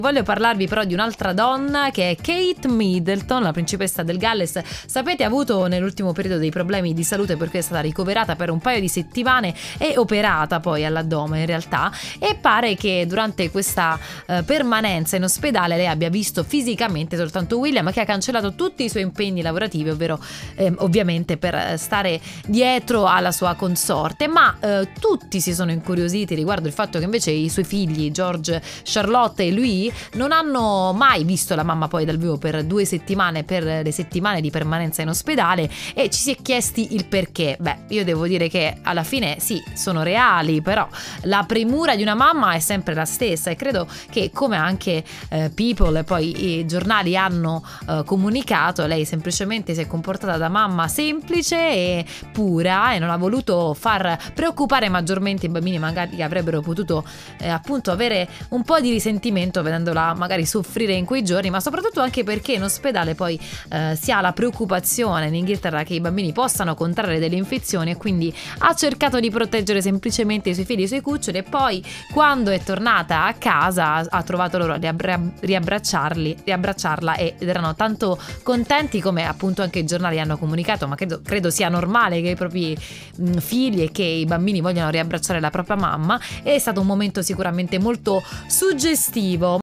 Voglio parlarvi però di un'altra donna che è Kate Middleton, la principessa del Galles. Sapete, ha avuto nell'ultimo periodo dei problemi di salute, per cui è stata ricoverata per un paio di settimane e operata poi all'addome in realtà, e pare che durante questa permanenza in ospedale lei abbia visto fisicamente soltanto William, che ha cancellato tutti i suoi impegni lavorativi, ovvero ovviamente per stare dietro alla sua consorte, ma tutti si sono incuriositi riguardo il fatto che invece i suoi figli George, Charlotte e lui non hanno mai visto la mamma poi dal vivo per 2 settimane, per le settimane di permanenza in ospedale, e ci si è chiesti il perché. Beh, io devo dire che alla fine sì, sono reali, però la premura di una mamma è sempre la stessa, e credo che, come anche People e poi i giornali hanno comunicato, lei semplicemente si è comportata da mamma semplice e pura e non ha voluto far preoccupare maggiormente i bambini, magari che avrebbero potuto appunto avere un po' di risentimento vedendola magari soffrire in quei giorni, ma soprattutto anche perché in ospedale poi si ha la preoccupazione in Inghilterra che i bambini possano contrarre delle infezioni, e quindi ha cercato di proteggere semplicemente i suoi figli e i suoi cuccioli, e poi quando è tornata a casa ha trovato loro a riabbracciarla ed erano tanto contenti, come appunto anche i giornali hanno comunicato. Ma credo sia normale che i propri figli e che i bambini vogliano riabbracciare la propria mamma. È stato un momento sicuramente molto suggestivo.